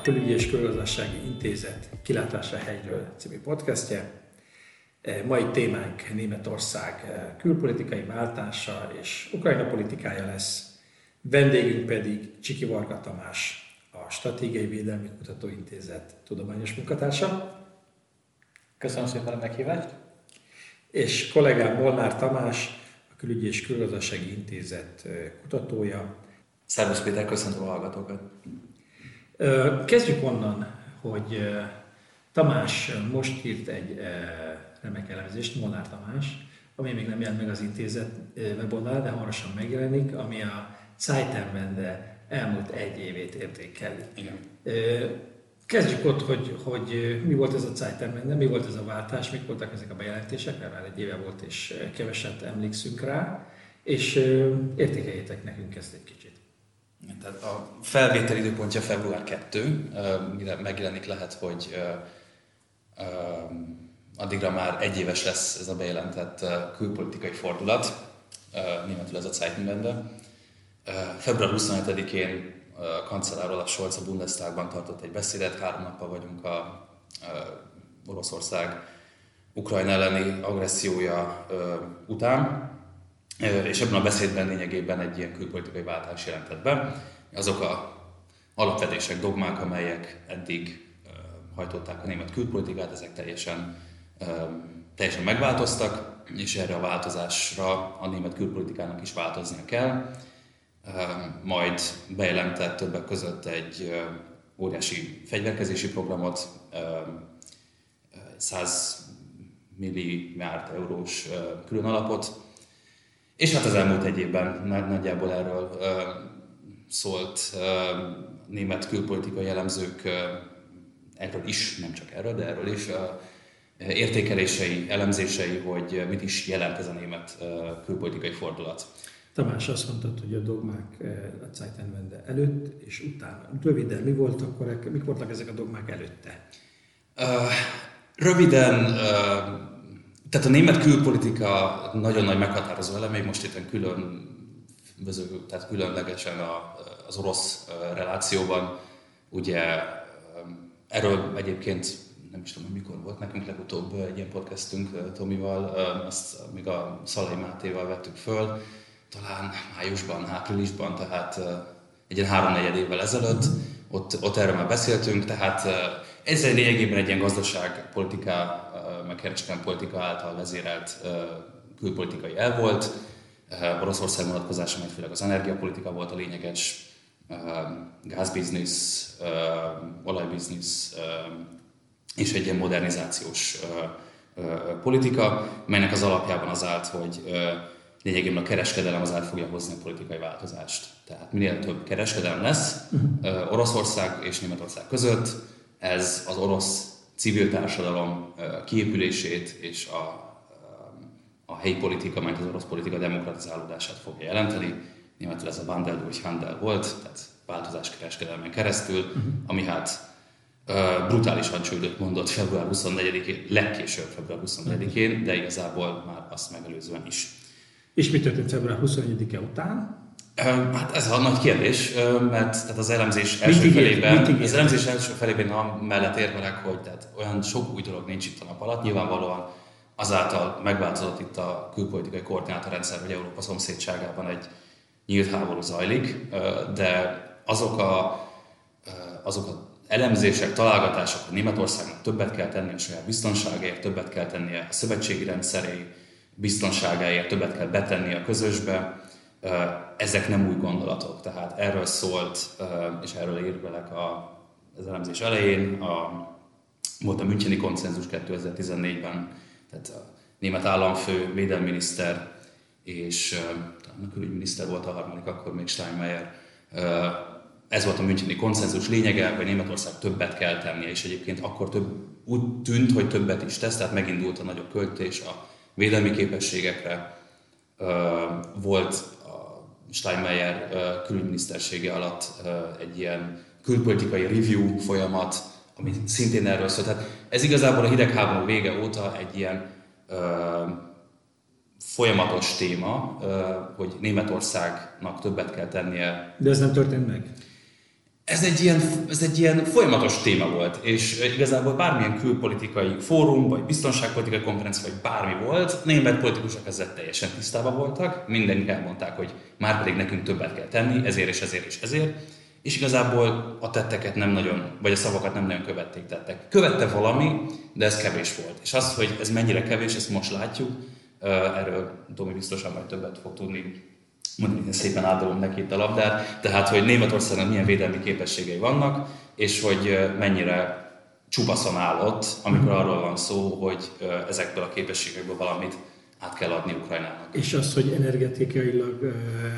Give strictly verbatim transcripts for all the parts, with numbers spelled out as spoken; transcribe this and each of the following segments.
Külügyi és Közgazdasági Intézet Kilátása hegyről című podcastje. Mai témánk Németország külpolitikai váltása és Ukrajna politikája lesz. Vendégünk pedig Csiki Varga Tamás, a Stratégiai Védelmi Kutatóintézet tudományos munkatársa. Köszönöm szépen a meghívást. És kollégám Molnár Tamás, a Külügyi és Közgazdasági Intézet kutatója. Szervusz Péter, köszöntöm a hallgatókat. Kezdjük onnan, hogy Tamás most írt egy remek elemzést, Molnár Tamás, ami még nem jelent meg az intézet weboldalán, de hamarosan megjelenik, ami a Zeitenwende elmúlt egy évét értékeli. Igen. Kezdjük ott, hogy, hogy mi volt ez a Zeitenwende, mi volt ez a váltás, mik voltak ezek a bejelentések, mert már egy éve volt és keveset emlékszünk rá, és értékeljétek nekünk ezt egy kicsit. Tehát a felvétel időpontja február kettő, mire megjelenik lehet, hogy addigra már egy éves lesz ez a bejelentett külpolitikai fordulat, németül ez a Zeitenwende. február huszonhetedikén a kancellár Olaf Scholz a Bundestagban tartott egy beszédet, három nappal vagyunk a, a Oroszország Ukrajna elleni agressziója után, és ebben a beszédben lényegében egy ilyen külpolitikai váltás jelentett be. Azok a alapvetések, dogmák, amelyek eddig hajtották a német külpolitikát, ezek teljesen, teljesen megváltoztak, és erre a változásra a német külpolitikának is változnia kell. Majd bejelentett többek között egy óriási fegyverkezési programot, száz milliárd eurós különalapot, és hát az elmúlt egy évben nagyjából erről szólt német külpolitikai elemzők, erről is, nem csak erről, de erről is, értékelései, elemzései, hogy mit is jelent ez a német külpolitikai fordulat. Tamás, azt mondtad, hogy a dogmák a Zeitenwende előtt és utána. Röviden, mi volt akkor, mik voltak ezek a dogmák előtte? Uh, röviden, uh, tehát a német külpolitika nagyon nagy meghatározó eleme, most itt külön, tehát különlegesen a, az orosz relációban. Ugye erről egyébként nem is tudom, hogy mikor volt nekünk legutóbb egy ilyen podcastünk Tomival, azt még a Szalai Mátéval vettük föl, talán májusban, áprilisban, tehát egy ilyen három-negyed évvel ezelőtt, ott, ott erről már beszéltünk, tehát ez egy lényegében egy ilyen gazdaságpolitika, meg kereskedelmi politika által vezérelt külpolitikai elv volt. Oroszország vonatkozása, majd főleg az energiapolitika volt a lényeges, gázbiznisz, olajbiznisz, és egy ilyen modernizációs politika, melynek az alapjában az állt, hogy lényegében a kereskedelem az át fogja hozni a politikai változást. Tehát minél több kereskedelem lesz uh-huh. Oroszország és Németország között, ez az orosz civil társadalom kiépülését és a, a helyi politika, majd az orosz politika demokratizálódását fogja jelenteni. Németül ez a Wandel durch Handel volt, tehát változás kereskedelmen keresztül, uh-huh. ami hát brutálisan csődöt mondott február huszonnegyedikén, legkésőbb február huszonnegyedikén, de igazából már azt megelőzően is. És mi történt február huszonegyedike után? Hát ez a nagy kérdés, mert tehát az elemzés első felében, az elemzés első felében amellett érvelek, hogy tehát olyan sok új dolog nincs itt a nap alatt. Nyilvánvalóan azáltal megváltozott itt a külpolitikai koordinátorrendszer, hogy Európa szomszédságában egy nyílt háború zajlik, de azok a, azok a elemzések, találgatások, hogy Németországnak többet kell tennie a saját biztonságáért, többet kell tennie a szövetségi rendszeré biztonságáért, többet kell betennie a közösbe, ezek nem új gondolatok. Tehát erről szólt, és erről érvelek az elemzés elején, a, volt a Müncheni konszenzus kétezer-tizennégyben, tehát a német államfő, védelminiszter és a külügyminiszter volt a harmadik, akkor még Steinmeier. Ez volt a Müncheni konszenzus lényege, hogy Németország többet kell tennie, és egyébként akkor több, úgy tűnt, hogy többet is tesz, tehát megindult a nagyobb költés a védelmi képességekre. Volt a Steinmeier külügyminisztersége alatt egy ilyen külpolitikai review folyamat, ami szintén erről szólt. Tehát ez igazából a hidegháború vége óta egy ilyen folyamatos téma, hogy Németországnak többet kell tennie. De ez nem történt meg? Ez egy, ilyen, ez egy ilyen folyamatos téma volt, és igazából bármilyen külpolitikai fórum, vagy biztonságpolitikai konferencia, vagy bármi volt, német politikusok ezzel teljesen tisztában voltak, mindenki elmondták, hogy már pedig nekünk többet kell tenni, ezért és ezért és ezért, és igazából a tetteket nem nagyon, vagy a szavakat nem nagyon követték tettek. Követte valami, de ez kevés volt. És az, hogy ez mennyire kevés, ezt most látjuk, erről Tomi biztosan majd többet fog tudni mondjuk szépen átadom neki itt a labdát, tehát hogy Németországnak milyen védelmi képességei vannak, és hogy mennyire csupaszon áll ott, amikor arról van szó, hogy ezekből a képességekből valamit át kell adni Ukrajnának. És az, hogy energetikailag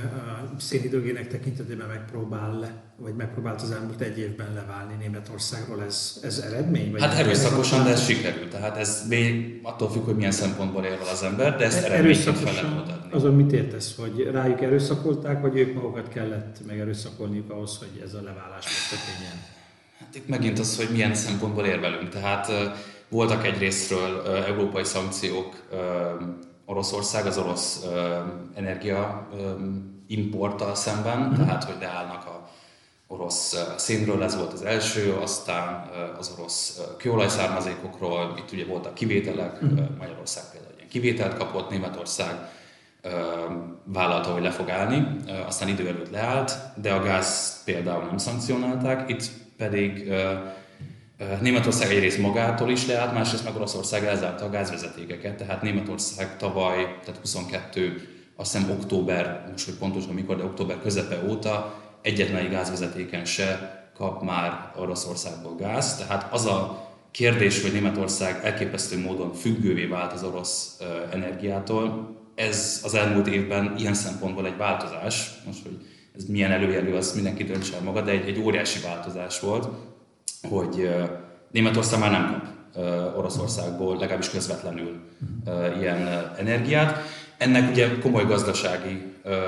a szénhidrogének tekintetében megpróbál, vagy megpróbált az elmúlt egy évben leválni Németországról, ez, ez eredmény? Vagy hát erőszakosan, de ez sikerült. Tehát ez még attól függ, hogy milyen szempontból ér el az ember, de ezt eredményként fel lehet mutatni. Azon mit értesz, hogy rájuk erőszakolták, vagy ők magukat kellett megerőszakolniuk ahhoz, hogy ez a leválás megtörténjen? Hát itt megint az, hogy milyen szempontból érvelünk. Tehát voltak egyrésztről uh, európai szankciók uh, Oroszország, az orosz uh, energia um, importtal szemben, mm. tehát hogy leállnak a orosz uh, szénről, ez volt az első, aztán uh, az orosz uh, kőolajszármazékokról, itt ugye voltak kivételek, mm. uh, Magyarország például ilyen kivételt kapott, Németország uh, vállalta, hogy le fog állni, uh, aztán idő előtt leállt, de a gáz például nem szankcionálták, itt pedig uh, Németország egyrészt magától is leállt, másrészt meg Oroszország elzárta a gázvezetékeket, tehát Németország tavaly, tehát huszonkettő, azt hiszem október, most hogy pontosan mikor, de október közepe óta egyetlen egy gázvezetéken se kap már Oroszországból gáz. Tehát az a kérdés, hogy Németország elképesztő módon függővé vált az orosz energiától, ez az elmúlt évben ilyen szempontból egy változás. Most, hogy ez milyen előjelű, az mindenki döntse el maga, de egy, egy óriási változás volt, hogy Németország már nem kap Oroszországból, legalábbis közvetlenül ilyen energiát. Ennek ugye komoly gazdasági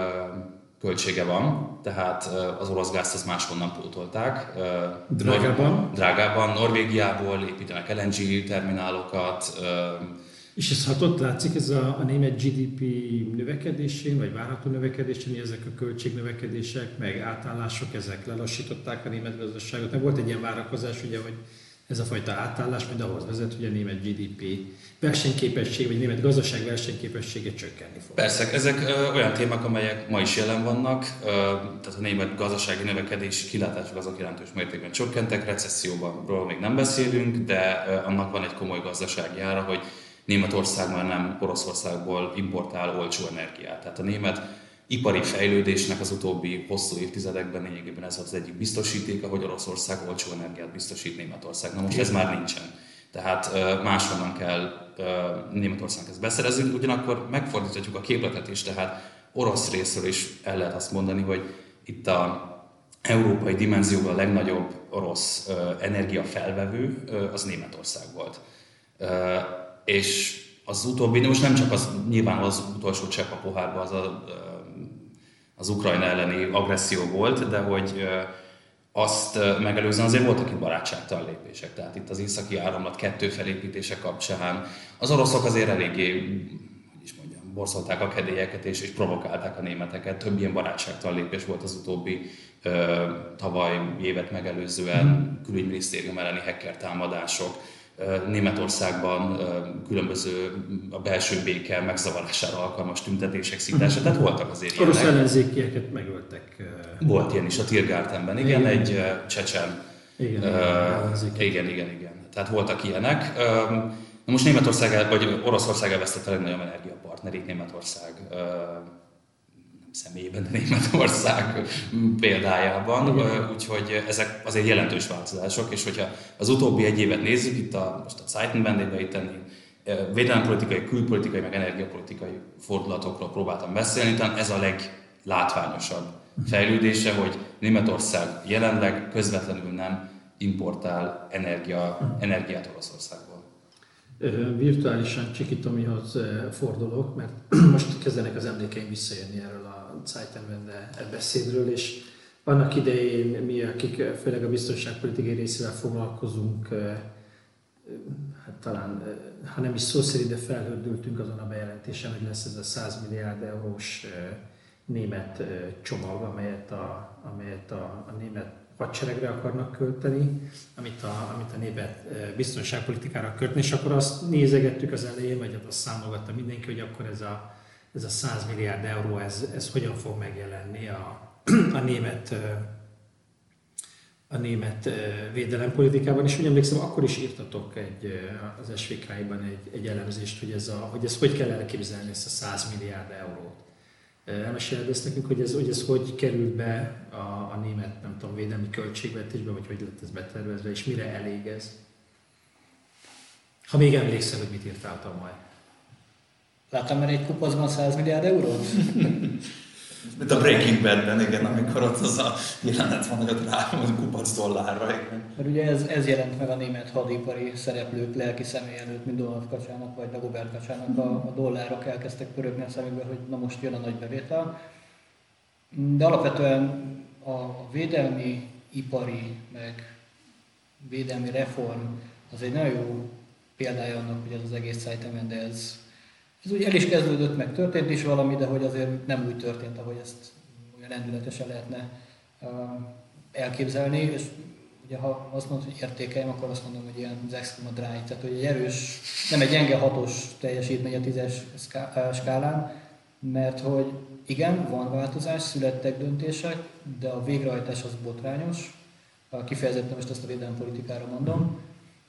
költsége van, tehát az orosz gázt az máshonnan pótolták. Drágában? Drágában, Norvégiából építenek el en gé terminálokat. És ez hatott, látszik ez a, a német gé dé pé növekedésén, vagy várható növekedésén, hogy ezek a költségnövekedések, meg átállások, ezek lelassították a német gazdaságot. Meg volt egy ilyen várakozás, ugye, hogy ez a fajta átállás majd ahhoz vezet, hogy a német gé dé pé versenyképesség, vagy a német gazdaság versenyképessége csökkenni fog. Persze, ezek ö, olyan témák, amelyek ma is jelen vannak, ö, tehát a német gazdasági növekedési kilátások azok jelentős mértékben csökkentek, recesszióban még nem beszélünk, de ö, annak van egy komoly gazdasági ára, hogy Németország már nem Oroszországból importál olcsó energiát. Tehát a német ipari fejlődésnek az utóbbi hosszú évtizedekben lényegében ez az egyik biztosítéka, hogy Oroszország olcsó energiát biztosít Németország. Na most ez már nincsen. Tehát máshonnan kell Németországnak ezt beszerezni, ugyanakkor megfordíthatjuk a képletet is, tehát orosz részről is el lehet azt mondani, hogy itt a európai dimenzióban a legnagyobb orosz energiafelvevő az Németország volt. És az utóbbi, de most nem csak az, nyilván az utolsó csepp a pohárban az, a, az Ukrajna elleni agresszió volt, de hogy azt megelőzően azért voltak itt barátságtalan lépések. Tehát itt az északi áramlat kettő felépítése kapcsán az oroszok azért eléggé, hogy is mondjam, borzolták a kedélyeket és, és provokálták a németeket. Több ilyen barátságtalan lépés volt az utóbbi tavaly évet megelőzően, külügyminisztérium elleni hacker támadások, Németországban különböző a belső béke megzavarására alkalmas tüntetések szítása, tehát voltak azért ilyenek. Orosz ellenzékieket megöltek. Volt ilyen is a Tiergartenben, igen, igen. Egy csecsen. Igen, uh, igen, igen, igen. Tehát voltak ilyenek. Na most Németország, vagy Oroszország elvesztette a legnagyobb energiapartnerét, Németország személyében, de Németország példájában, úgyhogy ezek azért jelentős változások, és hogyha az utóbbi egy évet nézzük, itt a, most a Zeitenwende-be itt tenni, védelempolitikai, külpolitikai, meg energiapolitikai fordulatokról próbáltam beszélni, talán ez a leglátványosabb fejlődése, hogy Németország jelenleg közvetlenül nem importál energia, energiát Oroszországból. Virtuálisan Csiki Tomihoz fordulok, mert most kezdenek az emlékeim visszajönni erről a Zeitenwende beszédről, és annak idején mi, akik főleg a biztonságpolitikai részével foglalkozunk, hát talán, ha nem is szó szerint, de felhördültünk azon a bejelentésen, hogy lesz ez a száz milliárd eurós német csomag, amelyet a, amelyet a, a német hadseregre akarnak költeni, amit a, amit a német biztonságpolitikára költeni, és akkor azt nézegettük az elején, vagy azt számolgatta mindenki, hogy akkor ez a, ez a száz milliárd euró, ez, ez hogyan fog megjelenni a, a német a német védelempolitikában, és úgy emlékszem, akkor is írtatok egy, az es vé ká-ban egy, egy elemzést, hogy ez, a, hogy ez hogy kell elképzelni ezt a száz milliárd eurót. Elmeséled ezt nekünk, hogy ez, hogy ez hogy került be a, a német, nem tudom, védelmi költségvetésbe, vagy hogy lett ez betervezve, és mire elég ez? Ha még emlékszel, hogy mit írtál tavaly. Láttam már egy kupacban száz milliárd eurót? Mint a Breaking Badben, igen, amikor ott az a jelenet van, hogy ott rá van kupac dollárra. Igen. Mert ugye ez, ez jelent meg a német hadipari szereplők lelki személy előtt, mint Donald Kacsának vagy Dagobert Kacsának, a, a dollárok elkezdtek pörögni a szemükbe, hogy na most jön a nagy bevétel. De alapvetően a védelmi, ipari, meg védelmi reform az egy nagyon jó példája annak, hogy ez az egész Zeitenwende, ez Ez úgy el is kezdődött, meg történt is valami, de hogy azért nem úgy történt, ahogy ezt olyan lendületesen lehetne uh, elképzelni. És ugye ha azt mondom, hogy értékeljem, akkor azt mondom, hogy ilyen az extrema dráj, tehát hogy egy erős, nem egy gyenge hatos teljesítmény a tízes skálán, mert hogy igen, van változás, születtek döntések, de a végrehajtás az botrányos. Kifejezetten most ezt a védelempolitikára mondom.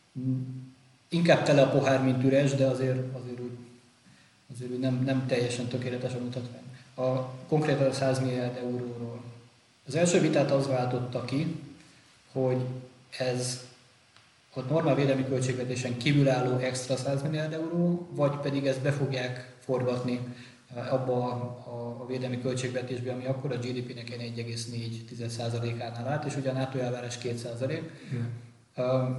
Inkább tele a pohár, mint üres, de azért, azért úgy azért nem, nem teljesen tökéletes a mutatvány. A, konkrétan a száz milliárd euróról. Az első vitát az váltotta ki, hogy ez a normál védelmi költségvetésen kívülálló extra száz milliárd euró, vagy pedig ezt be fogják forgatni abba a, a, a védelmi költségvetésbe, ami akkor a gé dé pé-nek egy egész négy százalékánál állt, és ugye a NATO elvárás két százalék. Mm.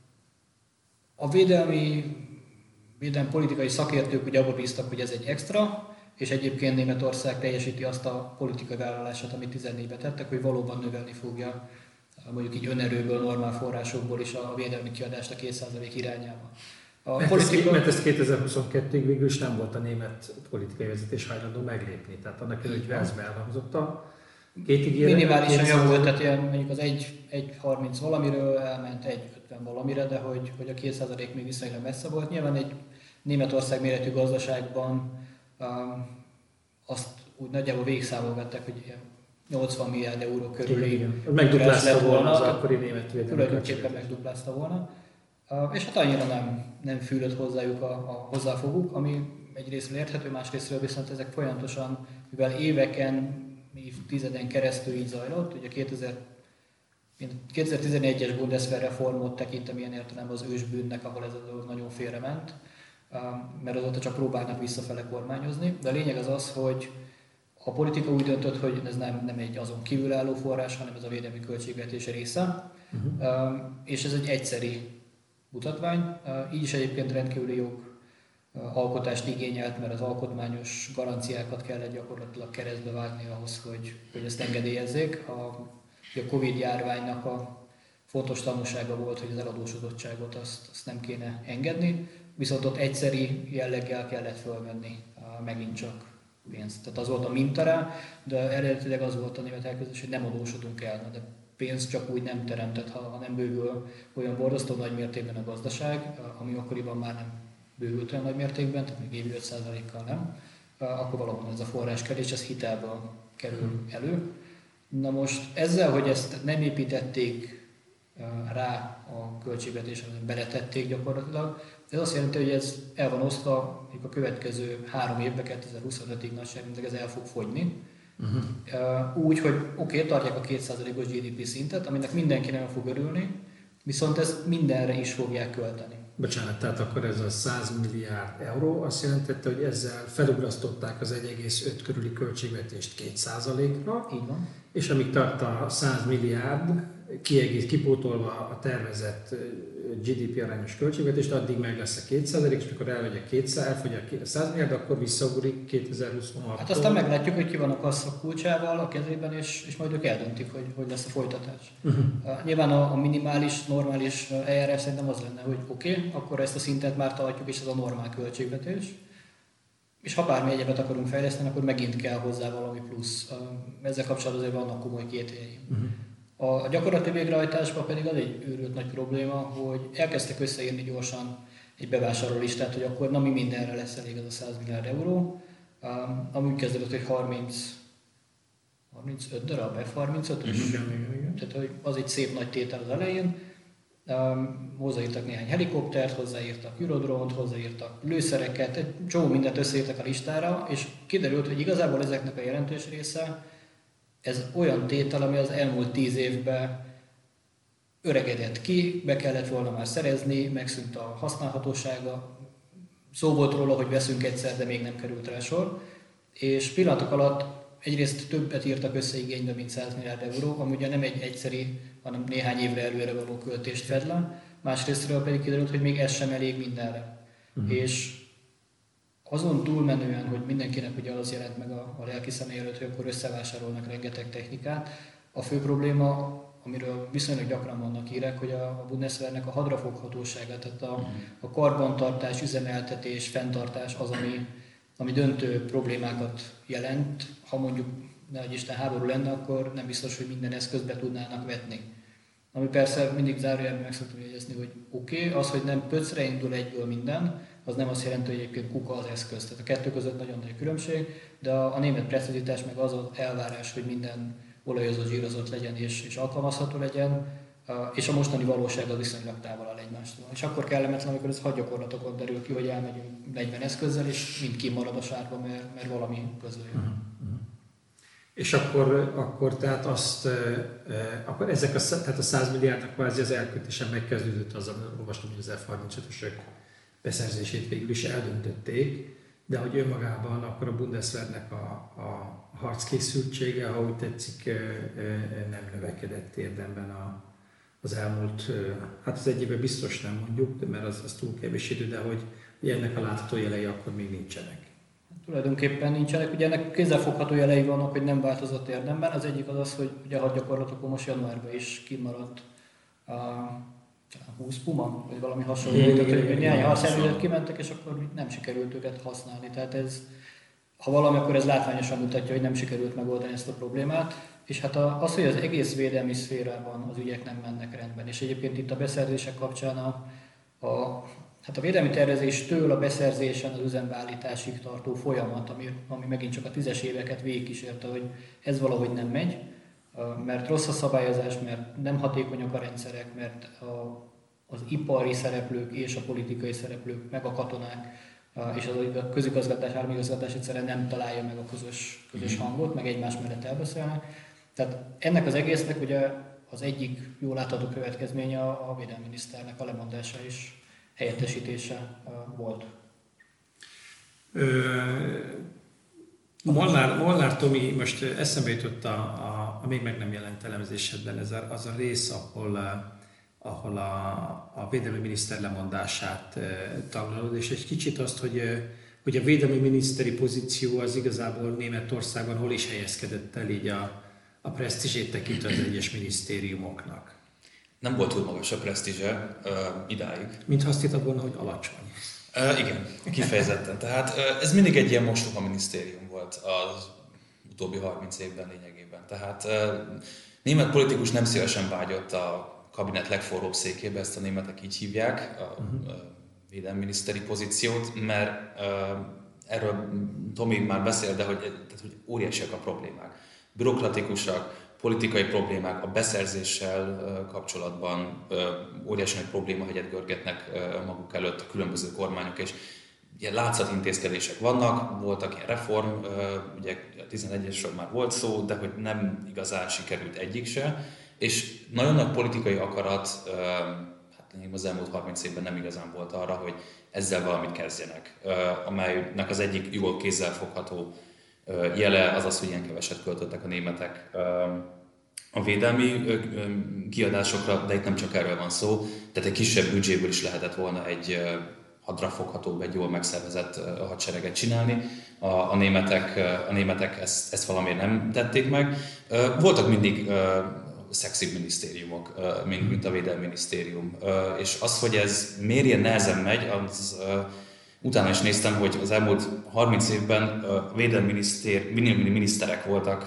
A védelmi Védelmi politikai szakértők ugye abba bíztak, hogy ez egy extra, és egyébként Németország teljesíti azt a politikai vállalását, amit tizennégyben tettek, hogy valóban növelni fogja mondjuk így önerőből, normál forrásokból is a védelmi kiadást a két százalék irányába. A mert, politika... ezt, mert ezt kétezer-huszonkettőig végül is nem volt a német politikai vezetés hajlandó meglépni, tehát annak elő, hogy Velszbe elhangzott a két ígéret. Minimálisan javult, tehát ilyen mondjuk az egy harminc valamiről elment egy ötven valamire, de hogy, hogy a két százalék még viszonylag messze volt. Nyilván egy Németország méretű gazdaságban um, azt úgy nagyjából végigszámolgatták, hogy nyolcvan milliárd euró körüli megduplázta volna az akkori német védelmi tulajdonképpen megduplázta volna. Uh, és hát annyira nem, nem fűlött hozzájuk a, a hozzáfoguk, ami egyrésztről érthető, másrésztről viszont ezek folyamatosan, mivel éveken, évtizeden keresztül így zajlott, ugye kétezer-tizenegyes Bundeswehr reformot tekintem ilyen értelemben az ősbűnnek, ahol ez a dolog nagyon félrement, mert azóta csak próbálnak visszafele kormányozni. De a lényeg az az, hogy a politika úgy döntött, hogy ez nem, nem egy azon kívülálló forrás, hanem ez a védelmi költségvetés része, uh-huh. és ez egy egyszeri mutatvány. Így is egyébként rendkívüli jog alkotást igényelt, mert az alkotmányos garanciákat kellett gyakorlatilag keresztbe vágni ahhoz, hogy, hogy ezt engedélyezzék. A, a Covid járványnak a fontos tanulsága volt, hogy az eladósodottságot azt, azt nem kéne engedni, viszont ott egyszeri jelleggel kellett fölvenni megint csak pénzt. Tehát az volt a minta rá, de eredetileg az volt a német elképzelés, hogy nem adósodunk el, de pénzt csak úgy nem teremtett, ha, ha nem bővül olyan borzasztó nagy mértékben a gazdaság, ami akkoriban már nem bővült olyan nagy mértékben, tehát még évi öt százalékkal nem, akkor valóban ez a forráskerés, ez hitelből kerül elő. Na most ezzel, hogy ezt nem építették rá a költségvetésre, beletették gyakorlatilag, ez azt jelenti, hogy ez el van osztva, a következő három évben, kétezer-huszonötig nagyságrendileg ez el fog fogyni. Uh-huh. Úgy, hogy oké, okay, tartják a két százalékos gé dé pé szintet, aminek mindenki nem fog örülni, viszont ezt mindenre is fogják költeni. Bocsánat, tehát akkor ez a száz milliárd euró azt jelentette, hogy ezzel felugrasztották az egy egész öt körüli költségvetést két százalékra. Így van. És amíg tart a száz milliárd, kiegész, kipótolva a tervezett gé dé pé arányos költségvetést, addig meg lesz a két százalék, és amikor elmegy a kétszer, elfogy a száz milliárd, akkor visszaugrik kétezer-huszonhat. Hát aztán meglátjuk, hogy ki van a kassa kulcsával a kezében, és, és majd ők eldöntik, hogy, hogy lesz a folytatás. Uh-huh. Uh, nyilván a, a minimális, normális eljárás szerintem az lenne, hogy oké, okay, akkor ezt a szintet már tartjuk, és ez a normál költségvetés. És ha bármi egyebet akarunk fejleszteni, akkor megint kell hozzá valami plusz. Uh, ezzel kapcsolatban azért vannak komoly kételjeim. Uh-huh. A gyakorlati végrehajtásban pedig az egy őrült nagy probléma, hogy elkezdtek összeírni gyorsan egy bevásárló listát, hogy akkor na mi mindenre lesz elég az a száz milliárd euró, ami úgy kezdődött, hogy harminc, harmincöt darab F harmincötös, tehát hogy az egy szép nagy tétel az elején. Um, hozzáírtak néhány helikoptert, hozzáírtak Eurodrónt, hozzáírtak lőszereket, egy csomó mindent összeírtak a listára, és kiderült, hogy igazából ezeknek a jelentős része ez olyan tétel, ami az elmúlt tíz évben öregedett ki, be kellett volna már szerezni, megszűnt a használhatósága, szó volt róla, hogy veszünk egyszer, de még nem került rá sor, és pillanatok alatt egyrészt többet írtak össze igénybe, mint száz milliárd euró, ami ugye nem egy egyszeri, hanem néhány évre előre való költést fed le, másrésztről pedig kiderült, hogy még ez sem elég mindenre. Uh-huh. És azon túlmenően, hogy mindenkinek ugye az jelent meg a, a lelki személy előtt, hogy akkor összevásárolnak rengeteg technikát, a fő probléma, amiről viszonylag gyakran vannak hírek, hogy a, a Bundeswehrnek a hadrafoghatósága, tehát a, a karbantartás, üzemeltetés, fenntartás az, ami, ami döntő problémákat jelent. Ha mondjuk nehogy Isten háború lenne, akkor nem biztos, hogy minden eszközt be tudnának vetni. Ami persze mindig zárójelben meg szoktam jegyezni, hogy oké, okay, az, hogy nem pöcre indul egyből minden, az nem azt jelenti, hogy egyébként kuka az eszköz. Tehát a kettő között nagyon nagy különbség, de a, a német precizitás meg az az elvárás, hogy minden olajozott, zsírozott legyen és, és alkalmazható legyen, és a mostani valóság az viszonylag távol áll egymástól. És akkor kellemetlen, amikor ez hadgyakorlatokon derül ki, hogy elmegyünk negyven eszközzel, és mind kimarad a sárba, mert, mert valami közöljön. Uh-huh. És akkor, akkor tehát azt, akkor ezek a, tehát a száz milliárdnak kvázi az elköltésen megkezdődött azzal, olvastam, hogy az F harmincötösök beszerzését végül is eldöntötték, de hogy önmagában akkor a Bundeswehrnek a, a harckészültsége, ha úgy tetszik, nem növekedett érdemben a, az elmúlt, hát az egy évben biztos nem mondjuk, mert az, az túl kevés idő, de hogy, hogy ennek a látható jelei akkor még nincsenek. Tulajdonképpen nincsenek. Ugye ennek kézzelfogható jelei vannak, hogy nem változott érdemben. Az egyik az az, hogy ugye a hadgyakorlatokon most januárban is kimaradt a húsz Puma, vagy valami hasonló. Igen, tehát, hogy néhány harcjárművet kimentek, és akkor nem sikerült őket használni. Tehát ez, ha valami, akkor ez látványosan mutatja, hogy nem sikerült megoldani ezt a problémát. És hát az, hogy az egész védelmi szférában az ügyek nem mennek rendben. És egyébként itt a beszerzések kapcsán a, a Hát a védelmi tervezéstől a beszerzésen az üzembeállításig tartó folyamat, ami, ami megint csak a tízes éveket végigkísérte, hogy ez valahogy nem megy, mert rossz a szabályozás, mert nem hatékonyak a rendszerek, mert a, az ipari szereplők és a politikai szereplők, meg a katonák és az a közigazgatás, államigazgatás egyszerűen nem találja meg a közös, közös hangot, meg egymás mellett elbeszélnek. Tehát ennek az egésznek ugye az egyik jól látható következménye a, a védelminiszternek a lemondása is. Helyettesítése volt. Molnár, Molnár Tomi, most eszembe jutott a, a, a még meg nem jelent elemzésedben ez a, az a rész, ahol, ahol a, a védelmi miniszter lemondását taglalod, és egy kicsit azt, hogy, hogy a védelmi miniszteri pozíció az igazából Németországban hol is helyezkedett el így a, a presztízsét tekintve az egyes minisztériumoknak. Nem volt túl magas a presztízse uh, idáig. Mintha azt hittad volna, hogy alacsony. Uh, igen, kifejezetten. Tehát uh, ez mindig egy ilyen mostoha minisztérium volt az utóbbi harminc évben lényegében. Tehát uh, német politikus nem szívesen vágyott a kabinet legforróbb székébe, ezt a németek így hívják, a uh-huh. védelmi-miniszteri pozíciót, mert uh, erről Tomi már beszél, de hogy, tehát, hogy óriásiak a problémák. Bürokratikusak, politikai problémák, a beszerzéssel kapcsolatban óriási nagy problémahegyet görgetnek maguk előtt a különböző kormányok, és ilyen látszatintézkedések vannak, voltak ilyen reform, ugye a tizenegyesről már volt szó, de hogy nem igazán sikerült egyik se, és nagyon nagy politikai akarat, hát az elmúlt harminc évben nem igazán volt arra, hogy ezzel valamit kezdjenek, amelynek az egyik jól kézzelfogható jele az az, hogy ilyen keveset költöttek a németek a védelmi kiadásokra, de itt nem csak erről van szó, tehát egy kisebb büdzséből is lehetett volna egy hadrafoghatóbb, egy jól megszervezett hadsereget csinálni. A, a németek, a németek ezt, ezt valamiért nem tették meg. Voltak mindig szexibb minisztériumok, mint, mint a védelmi minisztérium. És az, hogy ez miért ilyen nehezen megy, az utána is néztem, hogy az elmúlt harminc évben védelmi miniszterek voltak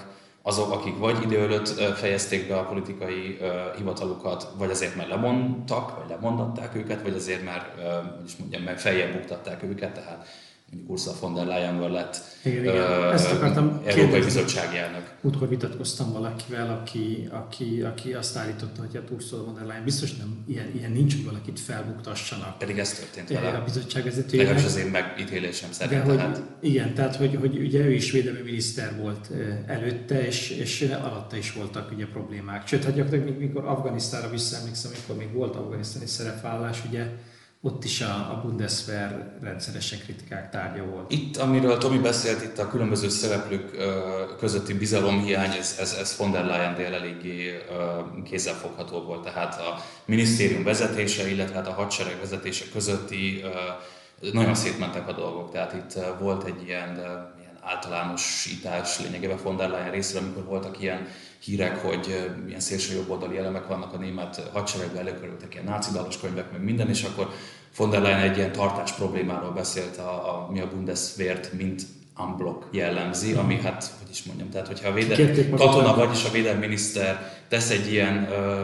azok, akik vagy idő előtt fejezték be a politikai uh, hivatalukat, vagy azért már lemondtak, vagy lemondatták őket, vagy azért már, uh, hogy is mondjam, meg feljebb buktatták őket, tehát mondjuk Ursula von der Leyenből lett igen, igen. Uh, Ezt akartam Európai Bizottsági elnök. Múltkor vitatkoztam valakivel, aki, aki, aki azt állította, hogy hát Ursula von der Leyen biztos nem, ilyen, ilyen nincs, hogy valakit felbuktassanak. Pedig ez történt vele. A bizottság vezetőjének. Legalábbis az én megítélésem szerint. Hogy, tehát. Igen, tehát hogy, hogy ugye ő is védelmi miniszter volt előtte, és, és alatta is voltak ugye problémák. Sőt, hát gyakorlatilag mikor Afganisztánra visszaemlékszem, amikor még volt afganisztáni szerepvállalás, ugye ott is a, a Bundeswehr rendszeresen kritikák tárgya volt. Itt, amiről Tomi beszélt, itt a különböző szereplők közötti bizalomhiány, ez, ez, ez von der Leyen-dél eléggé kézzelfogható volt. Tehát a minisztérium vezetése, illetve hát a hadsereg vezetése közötti nagyon szétmentek a dolgok. Tehát itt volt egy ilyen, ilyen általánosítás lényegében von der Leyen részéről, amikor voltak ilyen hírek, hogy milyen szélső jobboldali elemek vannak a német hadseregben, előkerültek ilyen nácidalos könyvek, meg minden, és akkor von der Leyen egy ilyen tartás problémáról beszélt, a, a, mi a Bundeswehrt, mint unblock jellemzi, ami hát, hogy is mondjam, tehát hogyha a védelmi katona vagy, és a védelmi miniszter tesz egy ilyen ö,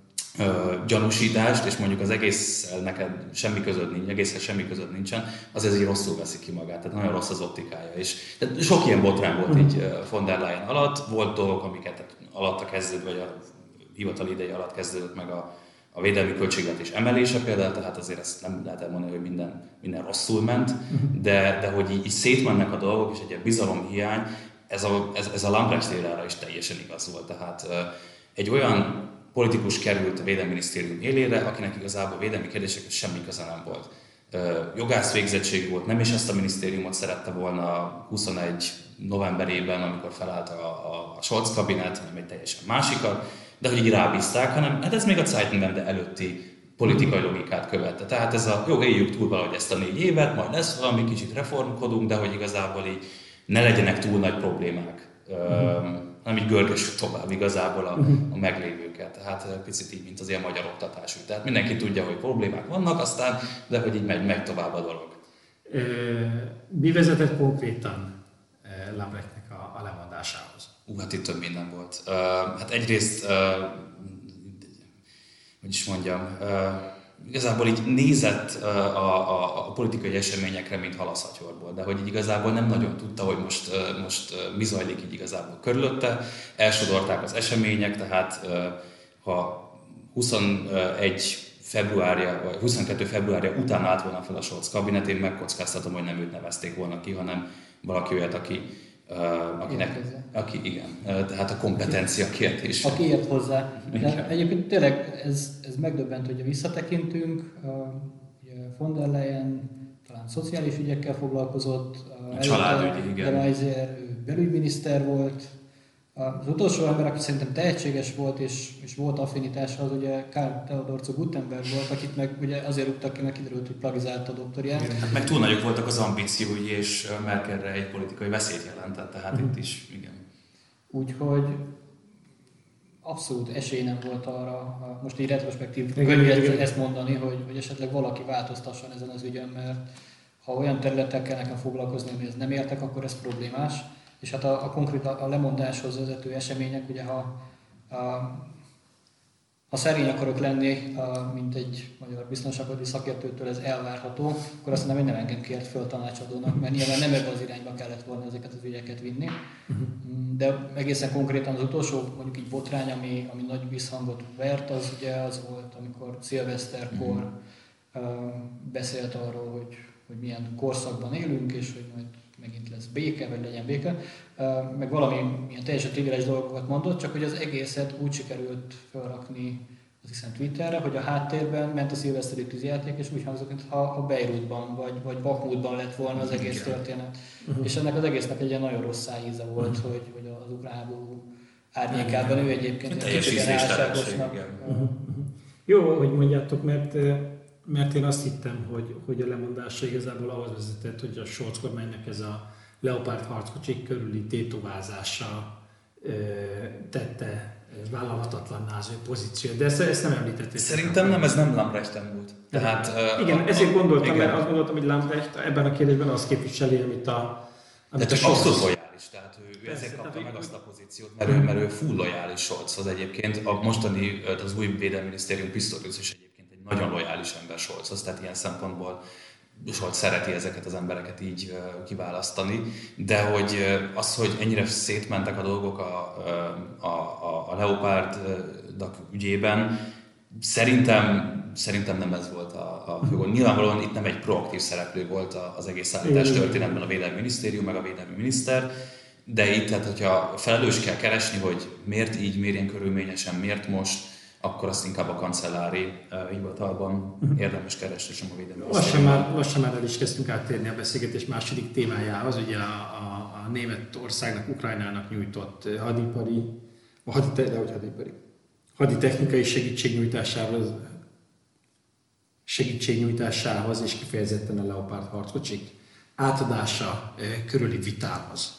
ö, gyanúsítást, és mondjuk az egésszel neked semmi között nincs, egészhez semmi között nincsen, az ez így rosszul veszi ki magát, tehát nagyon rossz az optikája. És tehát sok ilyen botrány volt mm. így von der Leyen alatt, volt dolgok, amiket alatta kezdődött, vagy a hivatali ideje alatt kezdődött meg a, a védelmi költségvetés emelése például, tehát azért ezt nem lehet elmondani, hogy minden, minden rosszul ment, de, de hogy így, így szétmennek a dolgok, és egy ilyen bizalomhiány, ez a, ez, ez a Lambrecht érára is teljesen igaz volt. Tehát egy olyan politikus került a Védelmi Minisztérium élére, akinek igazából védelmi kérdésekhez semmi köze nem volt. Jogász végzettség volt, nem is ezt a minisztériumot szerette volna huszonegy novemberében, amikor felállt a, a, a Scholz kabinet, hanem egy teljesen másikat, de hogy így rábízták, hanem hát ez még a Zeitenwende előtti politikai logikát követte. Tehát ez a jó, éljük túl valahogy ezt a négy évet, majd lesz valami, kicsit reformkodunk, de hogy igazából így ne legyenek túl nagy problémák, uh-huh. hanem így görgessük tovább igazából a, a meglévőket. Tehát picit így, mint az ilyen magyar oktatású. Tehát mindenki tudja, hogy problémák vannak, aztán, de hogy így megy, megy tovább a dolog. Mi vezetett konkrétan Lambrechtnek a, a lemondásához? Ú, hát itt több minden volt. Uh, hát egyrészt, uh, hogy is mondjam, uh, igazából így nézett uh, a, a, a politikai eseményekre, mint halaszatyorból, de hogy így igazából nem nagyon tudta, hogy most, uh, most uh, mi zajlik így igazából körülötte. Elsodorták az események, tehát uh, ha huszonegy februárja, vagy huszonkettő februárja után állt volna fel a Scholz kabinet, én megkockáztatom, hogy nem őt nevezték volna ki, hanem valaki olyat, aki Uh, akinek, aki igen, uh, tehát a kompetencia kérdés. Aki ért hozzá. De egyébként tényleg ez, ez megdöbbent, hogy visszatekintünk, uh, ugye von der Leyen talán szociális ügyekkel foglalkozott, uh, családügyi, igen. De Meiser belügyminiszter volt. Az utolsó ember, aki szerintem tehetséges volt és, és volt affinitása, az ugye Karl Theodor zu Guttenberg volt, akit meg ugye azért rúgtak ki, mert kiderült, hogy plagizálta a doktorját. Hát meg túl nagyok voltak az ambíciói, és Merkelre egy politikai veszélyt jelentett, tehát mm. itt is, igen. Úgyhogy abszolút esély nem volt arra, most így retrospektív könnyű ezt mondani, hogy, hogy esetleg valaki változtasson ezen az ügyön, mert ha olyan területekkel nekem foglalkozni, amihez nem értek, akkor ez problémás. És hát a, a konkrét a, a lemondáshoz vezető események, ugye ha, a, ha szerény akarok lenni, a, mint egy magyar biztonságos szakértőtől ez elvárható, akkor azt mondom, hogy nem engem kért föl tanácsadónak, mert nyilván nem ebbe az irányba kellett volna ezeket az ügyeket vinni. De egészen konkrétan az utolsó, mondjuk így botrány, ami, ami nagy visszhangot vert, az ugye az volt, amikor szilveszterkor uh, beszélt arról, hogy, hogy milyen korszakban élünk, és hogy majd megint lesz béke, vagy legyen béke, meg valami ilyen teljesen triviális dolgokat mondott, csak hogy az egészet úgy sikerült felrakni, azt hiszem Twitterre, hogy a háttérben ment a szilveszteri tűzjáték, és úgy hangzott, mintha Beirutban, vagy, vagy Bakhmutban lett volna az egész történet. Uh-huh. És ennek az egésznek egy ilyen nagyon rossz szájíze volt, uh-huh. hogy, hogy az ukrán háború árnyékában ő egyébként kicsit álságosnak. Uh-huh. Jó, hogy mondjátok, mert Mert én azt hittem, hogy, hogy a lemondása igazából ahhoz vezetett, hogy a Scholz kormánynak ez a Leopard harckocsik körüli tétovázása ö, tette vállalhatatlanná az ő pozíciót. De ezt, ezt nem említették. Szerintem nem, ez nem Lambrechten volt. Tehát, igen, a, ezért gondoltam, igen. Mert azt gondoltam, hogy Lambrecht ebben a kérdésben azt képviseli, amit a De csak abszolút lojális, tehát ő, ő ezért kapta meg azt a pozíciót, mert ő, mert ő full lojális Scholzhoz egyébként. A mostani, az új védelmi minisztérium Pistorius is egyébként egy nagyon lojális ember Scholzhoz, tehát ilyen szempontból Scholz szereti ezeket az embereket így kiválasztani, de hogy az, hogy ennyire szétmentek a dolgok a, a, a, a Leopárdak ügyében, szerintem, szerintem nem ez volt a, a fő gond. Nyilvánvalóan itt nem egy proaktív szereplő volt az egész szállítás történetben a Védelmi Minisztérium, meg a Védelmi Miniszter, de itt, tehát, hogyha felelős kell keresni, hogy miért így, miért ilyen körülményesen, miért most, akkor azt inkább a kancellári uh, hivatalban uh-huh. érdemes keresni, sem a Védelmi Lassan már, lassan már el is kezdtünk áttérni a beszélgetés második témájához, ugye a, a, a Németországnak, Ukrajnának nyújtott hadipari, a hadite, de hogy hadipari, haditechnikai segítségnyújtásához, segítségnyújtásához és kifejezetten a Leopard harckocsik átadása körüli vitához.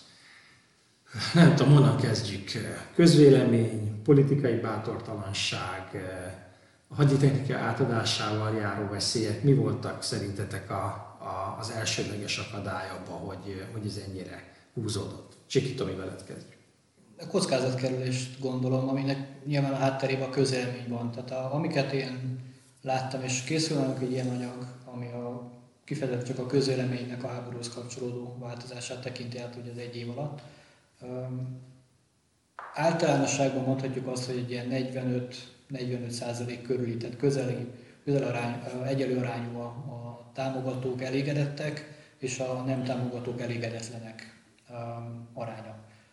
Nem tudom, honnan kezdjük. Közvélemény, politikai bátortalanság, a haditechnika átadásával járó veszélyek, mi voltak szerintetek a, a, az elsődleges akadály abban, hogy, hogy ez ennyire húzódott? Csiki Tomi, veled kezdjük. A kockázatkerülést gondolom, aminek nyilván a hátterében a közélmény van. Tehát a, amiket én láttam, és készülnek egy ilyen anyag, ami a, kifejezetten csak a közvéleménynek a háborúhoz kapcsolódó változását tekinti át ugye az egy év alatt. Um, általánosságban mondhatjuk azt, hogy egy ilyen negyvenöt-negyvenöt százalék körüli, tehát közeli, közel arány, egyenlő arányú a, a támogatók elégedettek, és a nem támogatók elégedetlenek um, aránya.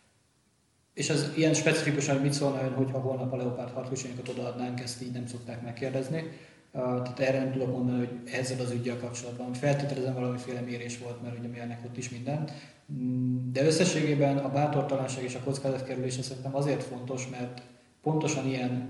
És ez ilyen specifikusan, hogy mit szólna ön, hogyha holnap a Leopard harckocsinyokat odaadnánk, ezt így nem szokták megkérdezni. Uh, tehát erre nem tudok mondani, hogy ezzel az üggyel kapcsolatban. Feltételezem, valamiféle mérés volt, mert ugye mérnek ott is mindent. De összességében a bátortalanság és a kockázatkerülése szerintem azért fontos, mert pontosan ilyen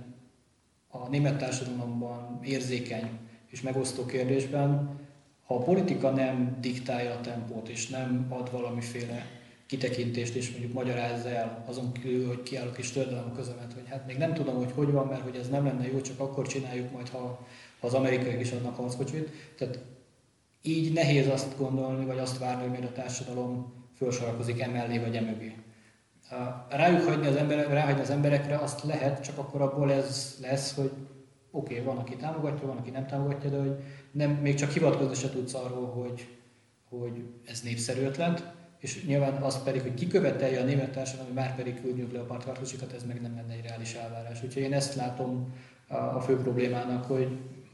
a német társadalomban érzékeny és megosztó kérdésben, ha a politika nem diktálja a tempót és nem ad valamiféle kitekintést és mondjuk magyarázza el azon kívül, hogy kiállok és tördelem a közemet, hogy hát még nem tudom, hogy hogy van, mert hogy ez nem lenne jó, csak akkor csináljuk majd, ha, ha az amerikaiak is adnak harckocsit. Tehát így nehéz azt gondolni, vagy azt várni, hogy majd a társadalom felsorakozik emellé vagy emögé. Rájuk hagyni az emberek, ráhagyni az emberekre azt lehet, csak akkor abból ez lesz, hogy oké, okay, van, aki támogatja, van, aki nem támogatja, de hogy nem, még csak hivatkozni se tudsz arról, hogy, hogy ez népszerű ötlet, és nyilván az pedig, hogy kikövetelje a német társadalom, hogy már pedig küldjünk Leopard harckocsikat, ez meg nem lenne egy reális elvárás. Úgyhogy én ezt látom a fő problémának, hogy,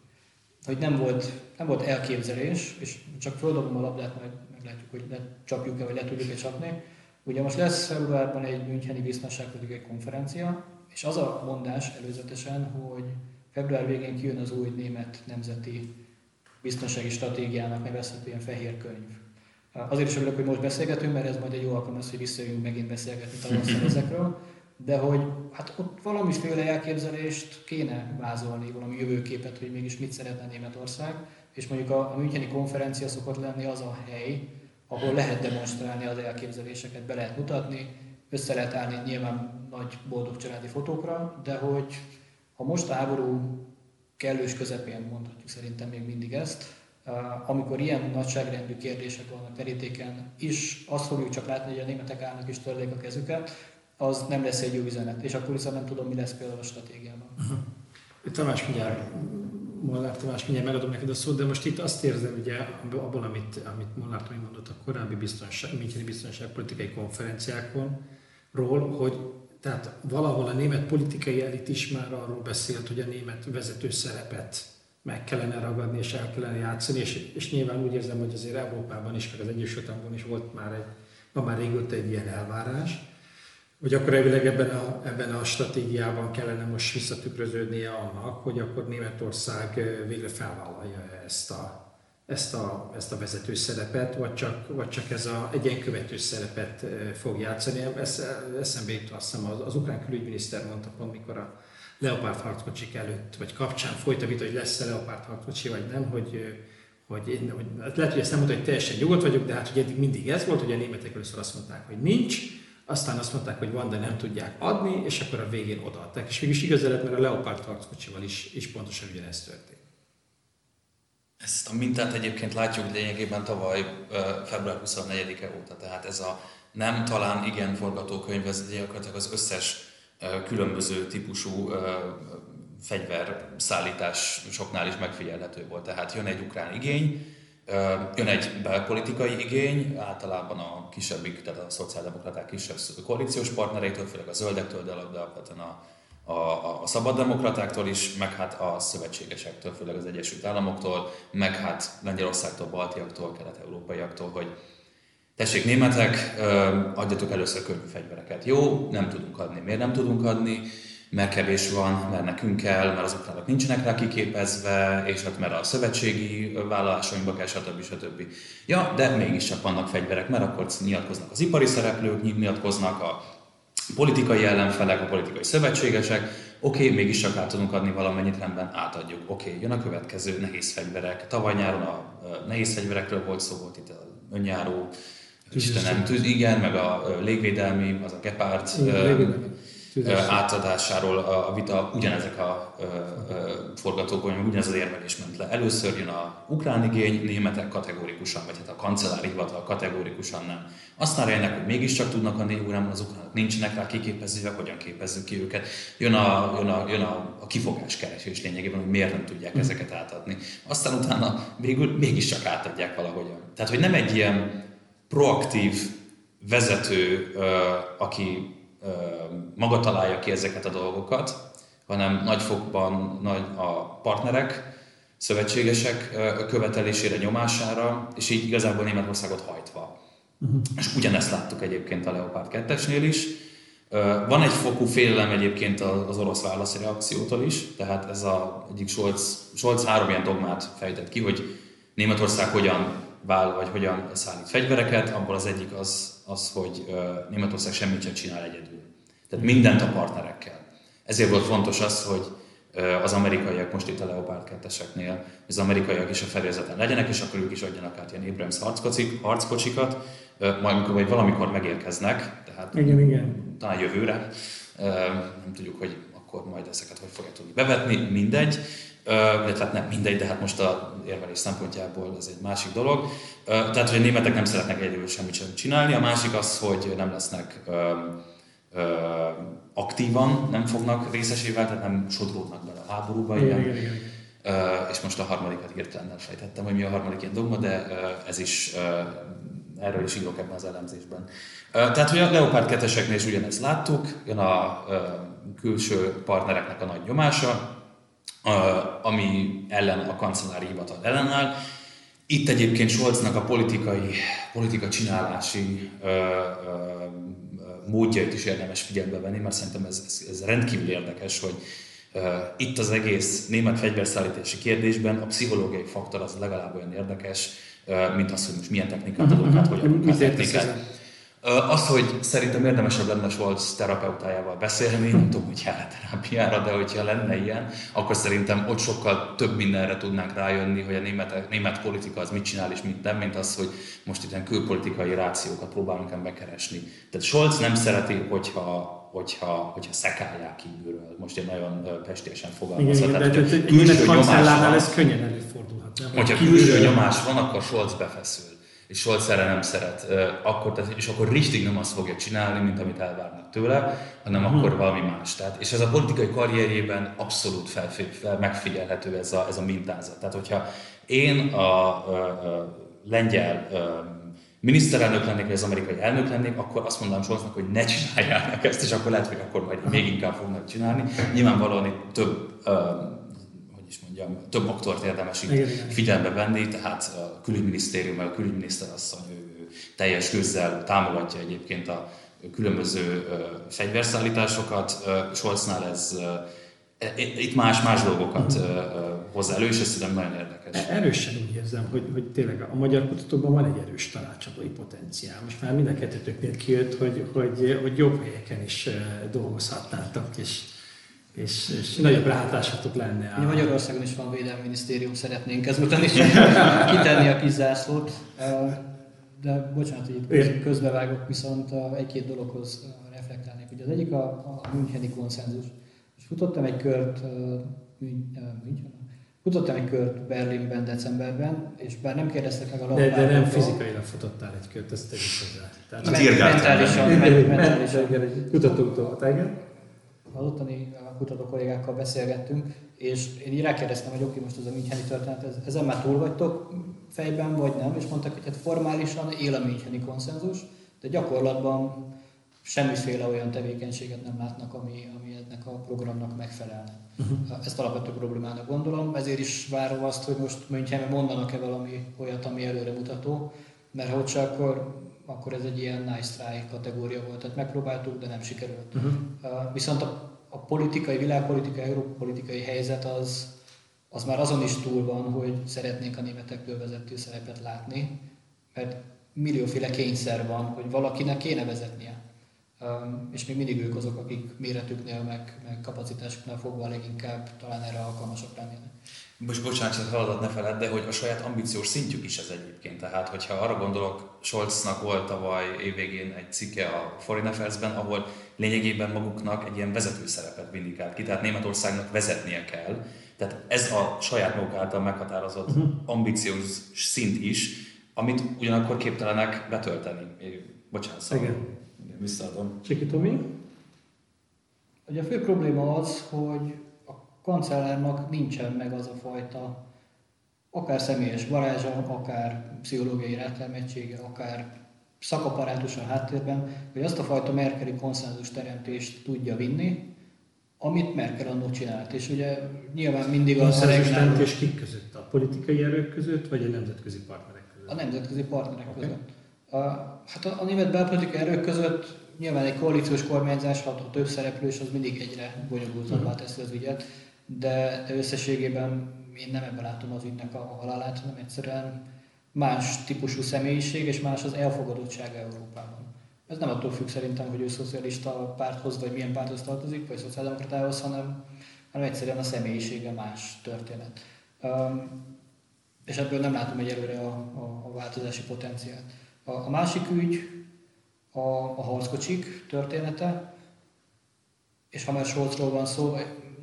hogy nem, volt, nem volt elképzelés, és csak földobom a labdát, majd meglátjuk, hogy lecsapjuk-e, vagy le tudjuk-e csapni. Ugye most lesz februárban egy müncheni biztonságpolitikai konferencia, és az a mondás előzetesen, hogy február végén kijön az új német nemzeti biztonsági stratégiának nevezhető ilyen fehér könyv. Azért is örülök, hogy most beszélgetünk, mert ez majd egy jó alkalom lesz, hogy visszajöjjünk megint beszélgetni tavasszal ezekről, de hogy hát ott valamiféle elképzelést kéne vázolni, valami jövőképet, hogy mégis mit szeretne Németország, és mondjuk a, a müncheni konferencia szokott lenni az a hely, ahol lehet demonstrálni az elképzeléseket, be lehet mutatni, össze lehet állni nyilván nagy boldog családi fotókra, de hogy ha most a háború kellős közepén, mondhatjuk szerintem még mindig ezt, amikor ilyen nagyságrendű kérdések vannak terítéken is, azt fogjuk csak látni, hogy a németek állnak és törlik a kezüket, az nem lesz egy jó üzenet, és akkor viszont nem tudom, mi lesz például a stratégiában. Uh-huh. Tamás, mindjárt, Molnár Tamás, mindjárt megadom neked a szót, de most itt azt érzem, ugye, abból, amit, amit Molnár Tomi mondott a korábbi biztonság, müncheni biztonságpolitikai konferenciákon, ról, hogy tehát valahol a német politikai elit is már arról beszélt, hogy a német vezető szerepet meg kellene ragadni és el kellene játszani, és, és nyilván úgy érzem, hogy azért Európában is, meg az Egyesült Államokban is volt már egy, van már régóta egy ilyen elvárás, hogy akkor elvileg ebben a, ebben a stratégiában kellene most visszatükröződnie annak, hogy akkor Németország végre felvállalja ezt a, ezt a, ezt a vezető szerepet, vagy csak, vagy csak ez a, egy ilyen követő szerepet fog játszani. Eszembe jut, azt hiszem, az, az ukrán külügyminiszter mondta pont, mikor a Leopard harckocsik előtt, vagy kapcsán folyt a vita, hogy lesz-e Leopard harckocsi, vagy nem, hogy, hogy, én, hogy lehet, hogy ezt nem mondta, hogy teljesen nyugodt vagyok, de hát hogy eddig mindig ez volt, hogy a németek először azt mondták, hogy nincs, aztán azt mondták, hogy van, de nem tudják adni, és akkor a végén odaadták. És mégis igaz lett, mert a Leopard harckocsival is, is pontosan ugyanezt történt. Ezt a mintát egyébként látjuk lényegében tavaly február huszonnegyedike óta, tehát ez a nem, talán igen forgatókönyv, ez gyakorlatilag az összes különböző típusú fegyverszállításoknál is megfigyelhető volt. Tehát jön egy ukrán igény, jön egy belpolitikai igény, általában a kisebbik, tehát a szociáldemokraták kisebb koalíciós partnereitől, főleg a zöldektől, de alapvetően a, a, a szabaddemokratáktól is, meg hát a szövetségesektől, főleg az Egyesült Államoktól, meg hát Lengyelországtól, baltiaktól, kelet-európaiaktól, hogy tessék németek, adjatok először könnyű fegyvereket. Jó, nem tudunk adni. Miért nem tudunk adni? Mert kevés van, mert nekünk kell, mert az ukránok nincsenek rá kiképezve, és hát mert a szövetségi vállalásainkba kell, stb. stb. Ja, de mégiscsak vannak fegyverek, mert akkor nyilatkoznak az ipari szereplők, nyilatkoznak a politikai ellenfelek, a politikai szövetségesek. Oké, okay, mégiscsak át tudunk adni valamennyit, rendben átadjuk. Oké, okay, jön a következő nehéz fegyverek. Tavaly nyáron a nehéz fegyverekről volt szó, volt itt a önjáró, Istenem, tűz, igen, meg a légvédelmi, az a Gepard átadásáról a vita, ugyanezek a forgatókönyvek, ugyanez az érvelés ment le. Először jön a ukrán igény, németek kategórikusan, vagy hát a kancellári hivatal kategórikusan nem. Aztán rájönnek, hogy mégiscsak tudnak a négy az ukránok nincsenek rá kiképezve, hogyan képezzük ki őket. Jön a, jön a, jön a, a kifogáskeresés lényegében, hogy miért nem tudják ezeket átadni. Aztán utána végül mégiscsak átadják valahogyan. Tehát, hogy nem egy ilyen proaktív vezető, aki maga találja ki ezeket a dolgokat, hanem nagyfokban nagy a partnerek, szövetségesek követelésére, nyomására, és így igazából Németországot hajtva. Uh-huh. És ugyanezt láttuk egyébként a Leopard kettesnél is. Van egy fokú félelem egyébként az orosz válaszreakciótól is, tehát ez a egyik Scholz, Scholz három ilyen dogmát fejtett ki, hogy Németország hogyan vál, vagy hogyan szállít fegyvereket, abból az egyik az, az hogy Németország semmit sem csinál egyedül. Tehát mindent a partnerekkel. Ezért volt fontos az, hogy az amerikaiak most itt a Leopard ketteseknél, az amerikaiak is a fedélzeten legyenek, és akkor ők is adjanak át ilyen Abrams harckocsikat, majd amikor, vagy valamikor megérkeznek, tehát igen, igen. talán jövőre, nem tudjuk, hogy akkor majd ezeket hogy fogja tudni bevetni, mindegy. Uh, tehát nem mindegy, de hát most a érvelés szempontjából ez egy másik dolog. Uh, tehát, hogy a németek nem szeretnek egyedül semmit sem csinálni, a másik az, hogy nem lesznek uh, uh, aktívan, nem fognak részesével, tehát nem sodródnak bele a háborúba. Igen, igen, igen. Uh, és most a harmadikat hirtelen elfejtettem, hogy mi a harmadik ilyen dogma, de uh, ez is, uh, erről is írok ebben az elemzésben. Uh, tehát, hogy a Leopard ketteseknél is ugyanezt láttuk, jön a uh, külső partnereknek a nagy nyomása, Uh, ami ellen a kancellári hivatal ellenáll. Itt egyébként Scholznak a politikai, politika csinálási uh, uh, módjait is érdemes figyelembe venni, mert szerintem ez, ez, ez rendkívül érdekes, hogy uh, itt az egész német fegyverszállítási kérdésben a pszichológiai faktor az legalább olyan érdekes, uh, mint az, hogy most milyen technikát adunk át, hogyan adunk át technikát. Az, hogy szerintem érdemesebb lenne Scholz terapeutájával beszélni, nem tudom, hogy jár a terápiára, de hogyha lenne ilyen, akkor szerintem ott sokkal több mindenre tudnánk rájönni, hogy a német, német politika az mit csinál és mit nem, mint az, hogy most itt külpolitikai rációkat próbálunk ebben keresni. Tehát Scholz nem szereti, hogyha, hogyha, hogyha szekálják kívülről. Most én nagyon pestésen fogalmazom. Igen, igen, de egy német kancellárnál ez könnyen előfordulhat. Nem? Hogyha külső nyomás van, akkor Scholz befeszül. És Scholz erre nem szeret, akkor, tehát, és akkor richtig nem azt fogja csinálni, mint amit elvárnak tőle, hanem hmm. akkor valami más. Tehát, és ez a politikai karrierjében abszolút fel, fel, megfigyelhető ez a, ez a mintázat. Tehát, hogyha én a, a, a lengyel a, miniszterelnök lennék, vagy az amerikai elnök lennék, akkor azt mondanám Scholznak, hogy ne csinálják ezt, és akkor lehet, hogy akkor majd még inkább fognak csinálni. Nyilvánvalóan itt több a, is mondjam, több aktort érdemes itt figyelembe venni, tehát a külügyminisztérium, a külügyminiszterasszony ő teljes közzel támogatja egyébként a különböző fegyverszállításokat. Scholznál ez itt más-más dolgokat hoz elő, és ez szerintem nagyon érdekes. Erősen úgy érzem, hogy, hogy tényleg a magyar kutatókban van egy erős tanácsadói potenciál. Most már mind a kettőtöknél kijött, hogy, hogy, hogy jobb helyeken is dolgozhatnátok, és És, és nagyobb ráhatásatok lenne. A Magyarországon is van védelmi minisztérium, szeretnénk ezután is kitenni a kis zászlót. De bocsánat, hogy itt közbevágok, viszont egy-két dologhoz reflektálnék. Ugye az egyik a, a müncheni konszenzus. És futottam egy kört München, Futottam egy kört Berlinben decemberben, és bár nem kérdeztek meg a De, de nem Leopardról, fizikailag futottál egy kört, ezt tegyük hozzá. Tehát men- mentálisan, men- mentálisan. Kutatóktól, igen. Az ottani kutató kollégákkal beszélgettünk, és én így rákérdeztem, hogy oké, most ez a müncheni történet, ez, ezen már túl vagytok fejben, vagy nem, és mondták, hogy hát formálisan él a müncheni konszenzus, de gyakorlatban semmiféle olyan tevékenységet nem látnak, ami, ami ennek a programnak megfelelne. Uh-huh. Ezt alapvető problémának gondolom, ezért is várom azt, hogy most Münchenben mondanak-e valami olyat, ami előremutató, mert ha csak akkor, akkor ez egy ilyen nice try kategória volt, tehát megpróbáltuk, de nem sikerült. Uh-huh. Uh, viszont a, a politikai, világpolitikai, európolitikai helyzet az, az már azon is túl van, hogy szeretnénk a németektől vezető szerepet látni, mert millióféle kényszer van, hogy valakinek kéne vezetnie. Um, és még mindig ők azok, akik méretüknél, meg, meg kapacitásuknál fogva leginkább talán erre alkalmasak lennének. Most bocsánat, csak feladat ne feledd, de hogy a saját ambíciós szintjük is ez egyébként. Tehát, hogyha arra gondolok, Scholznak volt tavaly évvégén egy cikke a Foreign Affairs-ben, ahol lényegében maguknak egy ilyen vezető szerepet vindikált ki, tehát Németországnak vezetnie kell. Tehát ez a saját maguk által meghatározott uh-huh. ambíciós szint is, amit ugyanakkor képtelenek betölteni. Bocsánat, szóval. Igen. Igen, visszaadom. Csiki Tomi? Ugye a fő probléma az, hogy a kancellárnak nincsen meg az a fajta akár személyes varázsa, akár pszichológiai rátermettsége, akár szakaparátus a háttérben, hogy azt a fajta merkeli konszenzus teremtést tudja vinni, amit Merkel annól csinált. És ugye nyilván mindig a... Konszenzus teremtés kik között? A politikai erők között, vagy a nemzetközi partnerek között? A nemzetközi partnerek okay. között. A, hát a, a német belpolitikai erők között nyilván egy koalíciós kormányzás, ha több szereplős, az mindig egyre bonyolultabbá uh-huh. teszi az ügyet, de, de összességében én nem ebben látom az ügynek a, a halálát, hanem egyszerűen más típusú személyiség és más az elfogadottsága Európában. Ez nem attól függ szerintem, hogy ő szocialista párthoz, vagy milyen párthoz tartozik, vagy szociáldemokratához, hanem, hanem egyszerűen a személyisége más történet. Um, és ebből nem látom egyelőre a, a, a változási potenciált. A, a másik ügy a, a harckocsik története, és ha már Scholzról van szó,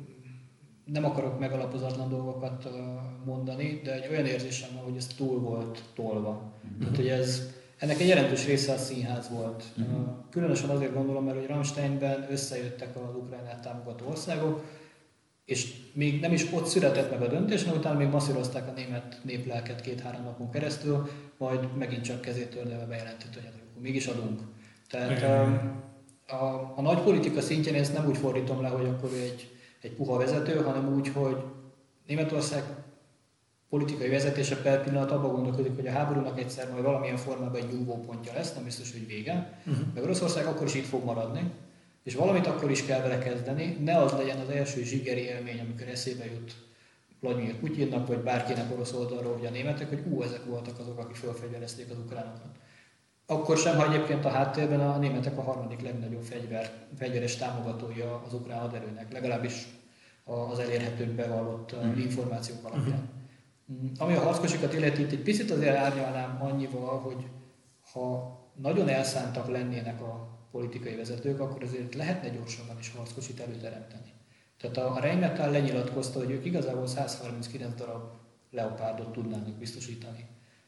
nem akarok megalapozatlan dolgokat mondani, de egy olyan érzésem van, hogy ez túl volt tolva. Mm-hmm. Tehát, hogy ez, ennek egy jelentős része a színház volt. Mm-hmm. Különösen azért gondolom, mert hogy Ramsteinben összejöttek az Ukrajnát támogató országok, és még nem is ott született meg a döntés, hanem utána még masszírozták a német néplelket két-három napon keresztül, majd megint csak kezét tördelve bejelentett, hogy akkor mégis adunk. Tehát a, a, a nagy politika szintjén ezt nem úgy fordítom le, hogy akkor egy, egy puha vezető, hanem úgy, hogy Németország politikai vezetése per pillanat abban gondolkodik, hogy a háborúnak egyszer majd valamilyen formában egy nyugvópontja lesz, nem biztos, hogy vége, uh-huh. meg Oroszország akkor is itt fog maradni, és valamit akkor is kell vele kezdeni, ne az legyen az első zsigeri élmény, amikor eszébe jut Vladimir Putyinnak, vagy bárkinek orosz oldalról, hogy a németek, hogy ú, ezek voltak azok, akik felfegyverezték az ukránokat. Akkor sem, ha egyébként a háttérben a németek a harmadik legnagyobb fegyver, fegyveres támogatója az ukrán haderőnek, legalábbis az elérhetők bevallott mm. információk alapján. Mm. Ami a harckocsikat illeti, egy picit azért árnyalnám annyival, hogy ha nagyon elszántak lennének a politikai vezetők, akkor azért lehetne gyorsabban is harckocsit előteremteni. Tehát a Rheinmetall lenyilatkozta, hogy ők igazából száz harminckilenc darab Leopardot tudnának biztosítani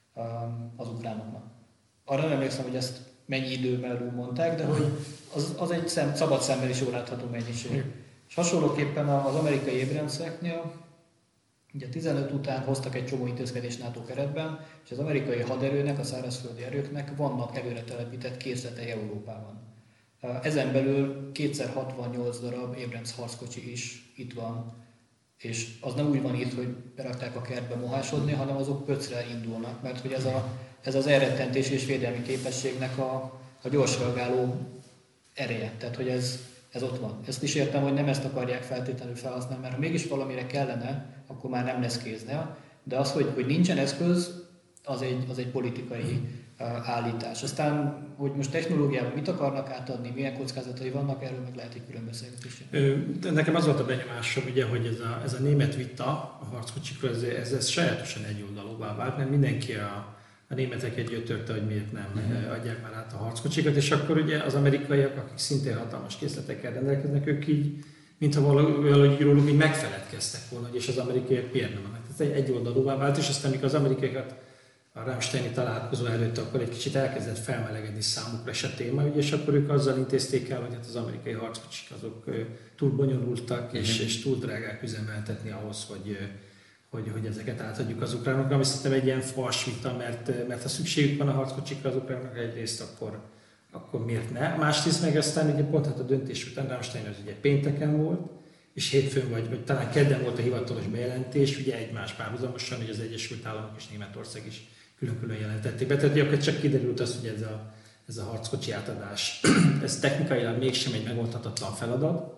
az ukránoknak. Arra nem emlékszem, hogy ezt mennyi időn belül mondták, de hogy az, az egy szem, szabad szemmel is jól látható mennyiség. És hasonlóképpen az amerikai Abramseknél, ugye tizenöt után hoztak egy csomó intézkedést NATO keretben, és az amerikai haderőnek, a szárazföldi erőknek vannak előre telepített készletei Európában. Ezen belül kétszázhatvannyolc darab Abrams harckocsi is itt van, és az nem úgy van itt, hogy berakták a kertbe mohásodni, hanem azok pöcre indulnak, mert hogy ez, a, ez az elrettentés és védelmi képességnek a, a gyorsreagáló ereje, tehát hogy ez, ez ott van. Ezt is értem, hogy nem ezt akarják feltétlenül felhasználni, mert ha mégis valamire kellene, akkor már nem lesz kéznél, de az, hogy, hogy nincsen eszköz, az egy, az egy politikai állítás. Aztán, hogy most technológiában mit akarnak átadni, milyen kockázatai vannak, erről meg lehet egy külön beszélgetés. Nekem az volt a benyomásom, ugye, hogy ez a, ez a német vita a harckocsikról, ez, ez, ez sajátosan egyoldalúvá vált, mert mindenki a, a németek együtt törte, hogy miért nem uh-huh. adják már át a harckocsikat, és akkor ugye az amerikaiak, akik szintén hatalmas készletekkel rendelkeznek, ők így, mintha valahogy róluk így megfeledkeztek volna, és az amerikaiak miért nem. egy oldalúvá vált, és aztán mikor az amerikaiakat a Rammsteini találkozó előtt, akkor egy kicsit elkezdett felmelegedni számukra se téma, ugye, és akkor ők azzal intézték el, hogy hát az amerikai harckocsik azok túl bonyolultak, uh-huh. és, és túl drágák üzemeltetni ahhoz, hogy, hogy, hogy ezeket átadjuk az ukránokra, ami szerintem egy ilyen fals vita, mert, mert ha szükségük van a harckocsikra az ukránokra egyrészt, akkor, akkor miért ne? Másrészt meg aztán ugye pont hát a döntés után Rammstein az ugye pénteken volt, és hétfőn vagy, vagy talán kedden volt a hivatalos bejelentés, ugye egymás párhuzamosan, hogy az Egyesült Államok és Németország is külön-külön jelentették be. Tehát akkor csak kiderült az, hogy ez a, ez a harckocsi átadás, ez technikailag mégsem egy megoldhatatlan feladat.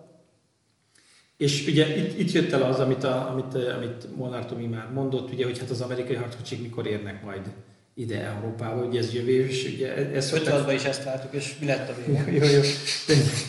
És ugye itt, itt jött el az, amit, a, amit, amit Molnár Tomi már mondott, ugye, hogy hát az amerikai harckocsik mikor érnek majd ide Európába, ugye ez jövő, és ugye ez... ötvenhatban is ezt vártuk, és mi lett a vége? Jó, jó. De,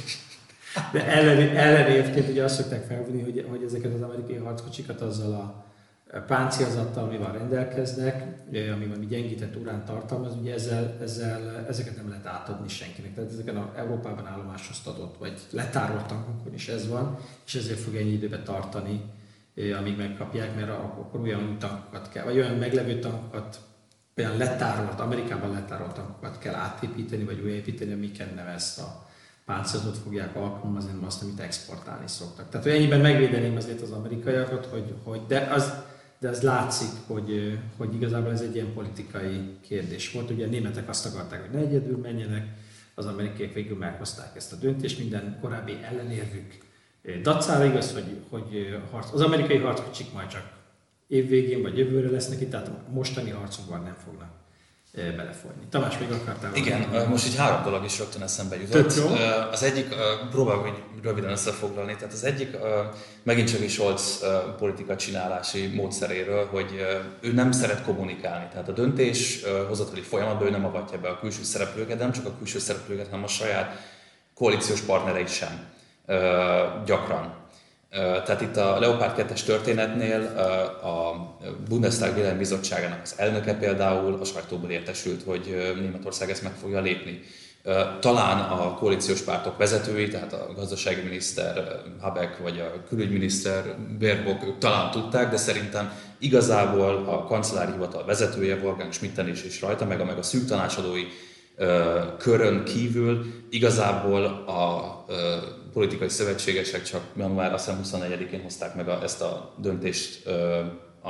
de ellenérvként ugye azt szokták felvonni, hogy, hogy ezeket az amerikai harckocsikat azzal a páncélzattal, amivel rendelkeznek, ami valami gyengített urán tartalmaz, ugye ezzel, ezzel, ezeket nem lehet átadni senkinek. Tehát ezeken az Európában állomásoztatott, vagy letárolt tankokon is ez van, és ezért fog ennyi időbe tartani, amíg megkapják, mert akkor olyan tankokat kell, vagy olyan meglevő tankokat, olyan letárolt, Amerikában letárolt tankokat kell átépíteni, vagy újjáépíteni, amiken nem ezt a páncélzatot fogják alkalmazni, hanem azt, amit exportálni szoktak. Tehát, hogy ennyiben megvédeném azért az amerikaiakat, hogy, hogy de az de az látszik, hogy, hogy igazából ez egy ilyen politikai kérdés volt. Ugye a németek azt akarták, hogy ne egyedül menjenek, az amerikaiak végül meghozták ezt a döntést, minden korábbi ellenérvük dacára igaz, hogy, hogy harc, az amerikai harckocsik majd csak évvégén vagy jövőre lesznek itt, tehát a mostani harcokban nem fognak belefolyni. Tamás, még akartál? Igen, valami? Most így három dolog is rögtön eszembe jutott. Az egyik, próbálok röviden összefoglalni, tehát az egyik megint csak is Scholz politika csinálási módszeréről, hogy ő nem szeret kommunikálni. Tehát a döntéshozatali folyamatban ő nem avatja be a külső szereplőket, de nem csak a külső szereplőket, hanem a saját koalíciós partnereit sem gyakran. Tehát itt a Leopard kettes történetnél a Bundestag Védelmi Bizottságának az elnöke például a sajtóból értesült, hogy Németország ezt meg fogja lépni. Talán a koalíciós pártok vezetői, tehát a gazdasági miniszter Habeck vagy a külügyminiszter Baerbock, ők talán tudták, de szerintem igazából a kancellári hivatal vezetője, Wolfgang Schmidten is, is rajta, meg a, meg a szűk tanácsadói körön kívül igazából a politikai szövetségesek csak január huszonnegyedikén hozták meg a, ezt a döntést, a,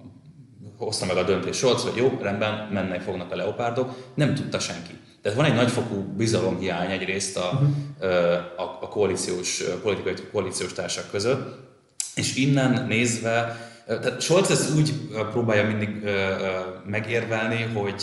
hozta meg a döntést Scholz, hogy jó, rendben, mennek fognak a leopárdok, nem tudta senki. Tehát van egy nagyfokú bizalomhiány egyrészt a, a, a koalíciós, politikai koalíciós társak között, és innen nézve, tehát Scholz ezt úgy próbálja mindig megérvelni, hogy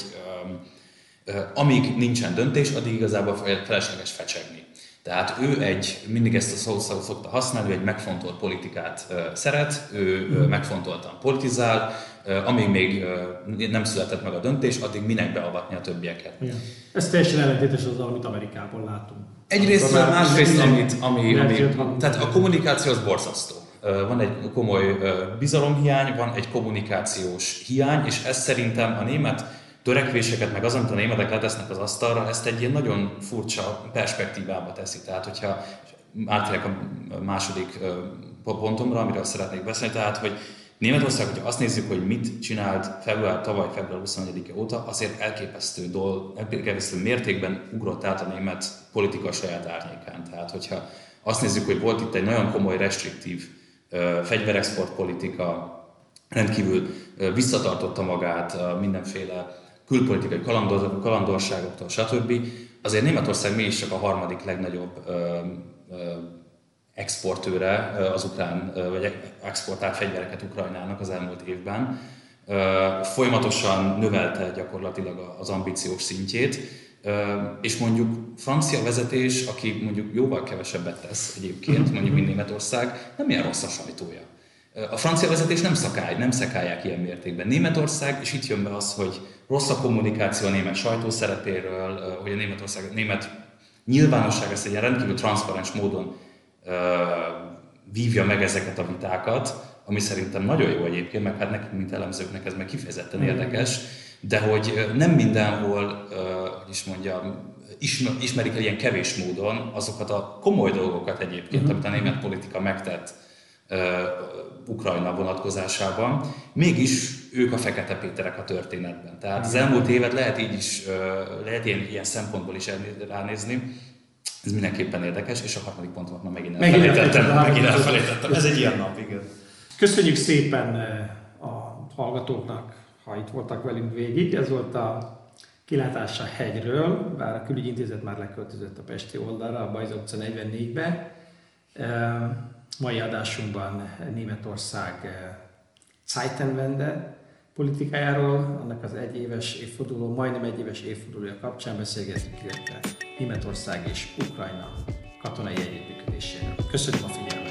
amíg nincsen döntés, addig igazából felesleges fecsegni. Tehát ő egy, mindig ezt a szót szokta használni, ő egy megfontolt politikát uh, szeret, ő uh, megfontoltan politizál, uh, amíg még uh, nem született meg a döntés, addig minek beavatni a többieket. Igen. Ez teljesen ellentétes azzal, amit Amerikában látunk. Egyrészt, másrészt, amit, ami, ami, tehát a kommunikáció az borzasztó. Uh, van egy komoly uh, bizalomhiány, van egy kommunikációs hiány, és ez szerintem a német törekvéseket, meg az, amit a németek letesznek az asztalra, ezt egy ilyen nagyon furcsa perspektívába teszi. Tehát, hogyha átérek a második pontomra, amiről szeretnék beszélni, tehát, hogy Németország, hogyha azt nézzük, hogy mit csinált február, tavaly február huszonegyedike óta, azért elképesztő, dolg, elképesztő mértékben ugrott át a német politika saját árnyékán. Tehát, hogyha azt nézzük, hogy volt itt egy nagyon komoly, restriktív fegyverexport politika, rendkívül visszatartotta magát mindenféle külpolitikai kalandor, kalandorságoktól, stb. Azért Németország mégiscsak a harmadik legnagyobb ö, ö, exportőre az ukrán, vagy exportált fegyvereket Ukrajnának az elmúlt évben. Ö, folyamatosan növelte gyakorlatilag az ambíciós szintjét, ö, és mondjuk francia vezetés, aki mondjuk jóval kevesebbet tesz egyébként, mondjuk mint Németország, nem ilyen rossz a sajtója. A francia vezetés nem szakálj, nem szekálják ilyen mértékben. Németország, és itt jön be az, hogy rossz a kommunikáció a német sajtó szerepéről, hogy a Németország, a német nyilvánosság ezt egy ilyen rendkívül transzparens módon uh, vívja meg ezeket a vitákat, ami szerintem nagyon jó egyébként, meg hát nekünk, mint elemzőknek ez meg kifejezetten érdekes, de hogy nem mindenhol, uh, hogy is mondjam, ismerik el ilyen kevés módon azokat a komoly dolgokat egyébként, amit a német politika megtett Ukrajna vonatkozásában, mégis ők a Fekete Péterek a történetben. Tehát az elmúlt évet lehet így is, lehet ilyen, ilyen szempontból is ránézni. Ez mindenképpen érdekes, és a harmadik pontomat már megint elfelejtettem. Megint elfelejtettem. Ez egy ilyen nap, igen. Köszönjük szépen a hallgatóknak, ha itt voltak velünk végig. Ez volt a kilátás a hegyről, bár a Külügyi Intézet már leköltözött a pesti oldalra, a Bajza utca negyvennégybe. Mai adásunkban Németország Zeitenwende politikájáról, annak az egyéves évforduló, majdnem egyéves évfordulója kapcsán beszélgettünk, illetve Németország és Ukrajna katonai együttműködéséről. Köszönöm a figyelmet!